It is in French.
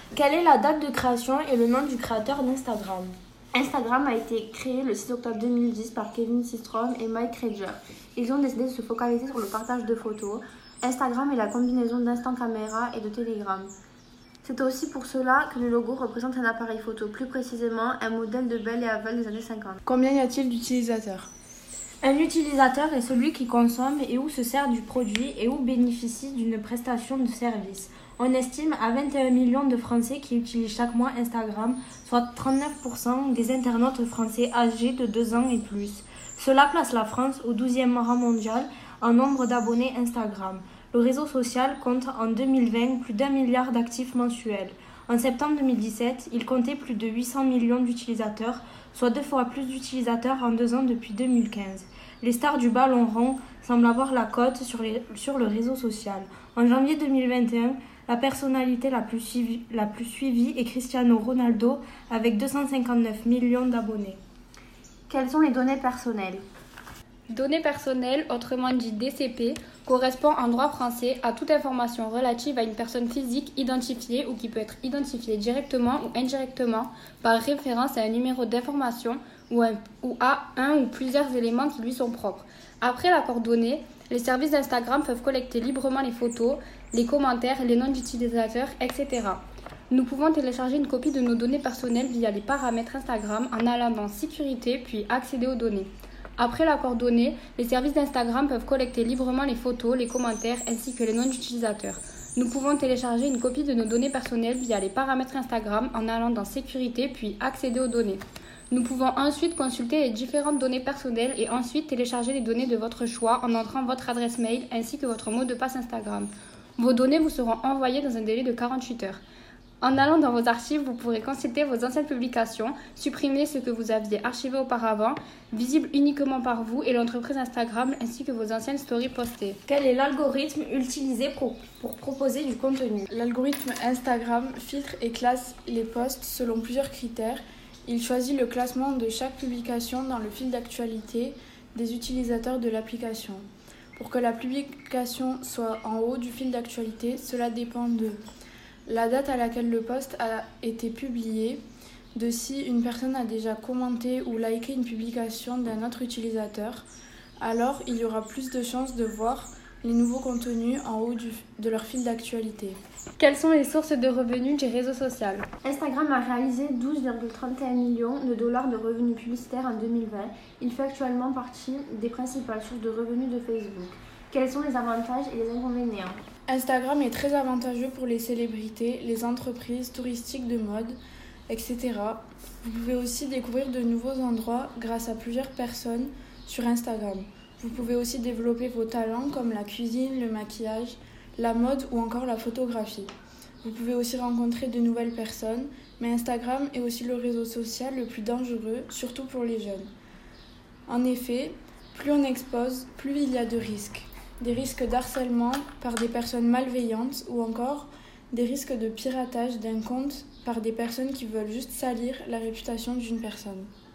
Quelle est la date de création et le nom du créateur d'Instagram? Instagram a été créé le 6 octobre 2010 par Kevin Systrom et Mike Rager. Ils ont décidé de se focaliser sur le partage de photos. Instagram est la combinaison d'Instant Caméra et de Telegram. C'est aussi pour cela que le logo représente un appareil photo, plus précisément un modèle de Bell et Howell des années 50. Combien y a-t-il d'utilisateurs? Un utilisateur est celui qui consomme et ou se sert du produit et ou bénéficie d'une prestation de service. On estime à 21 millions de Français qui utilisent chaque mois Instagram, soit 39% des internautes français âgés de 2 ans et plus. Cela place la France au 12e rang mondial en nombre d'abonnés Instagram. Le réseau social compte en 2020 plus d'1 milliard d'actifs mensuels. En septembre 2017, il comptait plus de 800 millions d'utilisateurs, soit 2 fois plus d'utilisateurs en 2 ans depuis 2015. Les stars du ballon rond semblent avoir la cote sur le réseau social. En janvier 2021, la personnalité la plus suivie est Cristiano Ronaldo avec 259 millions d'abonnés. Quelles sont les données personnelles? Données personnelles, autrement dit DCP, correspond en droit français à toute information relative à une personne physique identifiée ou qui peut être identifiée directement ou indirectement par référence à un numéro d'information ou à un ou plusieurs éléments qui lui sont propres. Après l'accord donné, les services d'Instagram peuvent collecter librement les photos, les commentaires, les noms d'utilisateurs, etc. Nous pouvons télécharger une copie de nos données personnelles via les paramètres Instagram en allant dans Sécurité puis accéder aux données. Après l'accord donné, les services d'Instagram peuvent collecter librement les photos, les commentaires ainsi que les noms d'utilisateurs. Nous pouvons télécharger une copie de nos données personnelles via les paramètres Instagram en allant dans Sécurité puis accéder aux données. Nous pouvons ensuite consulter les différentes données personnelles et ensuite télécharger les données de votre choix en entrant votre adresse mail ainsi que votre mot de passe Instagram. Vos données vous seront envoyées dans un délai de 48 heures. En allant dans vos archives, vous pourrez consulter vos anciennes publications, supprimer ce que vous aviez archivé auparavant, visible uniquement par vous et l'entreprise Instagram, ainsi que vos anciennes stories postées. Quel est l'algorithme utilisé pour proposer du contenu? L'algorithme Instagram filtre et classe les posts selon plusieurs critères. Il choisit le classement de chaque publication dans le fil d'actualité des utilisateurs de l'application. Pour que la publication soit en haut du fil d'actualité, cela dépend de la date à laquelle le post a été publié, de si une personne a déjà commenté ou liké une publication d'un autre utilisateur, alors il y aura plus de chances de voir les nouveaux contenus en haut de leur fil d'actualité. Quelles sont les sources de revenus du réseau social? Instagram a réalisé 12,31 millions de dollars de revenus publicitaires en 2020. Il fait actuellement partie des principales sources de revenus de Facebook. Quels sont les avantages et les inconvénients? Instagram est très avantageux pour les célébrités, les entreprises touristiques de mode, etc. Vous pouvez aussi découvrir de nouveaux endroits grâce à plusieurs personnes sur Instagram. Vous pouvez aussi développer vos talents comme la cuisine, le maquillage, la mode ou encore la photographie. Vous pouvez aussi rencontrer de nouvelles personnes, mais Instagram est aussi le réseau social le plus dangereux, surtout pour les jeunes. En effet, plus on expose, plus il y a de risques. Des risques d'harcèlement par des personnes malveillantes ou encore des risques de piratage d'un compte par des personnes qui veulent juste salir la réputation d'une personne.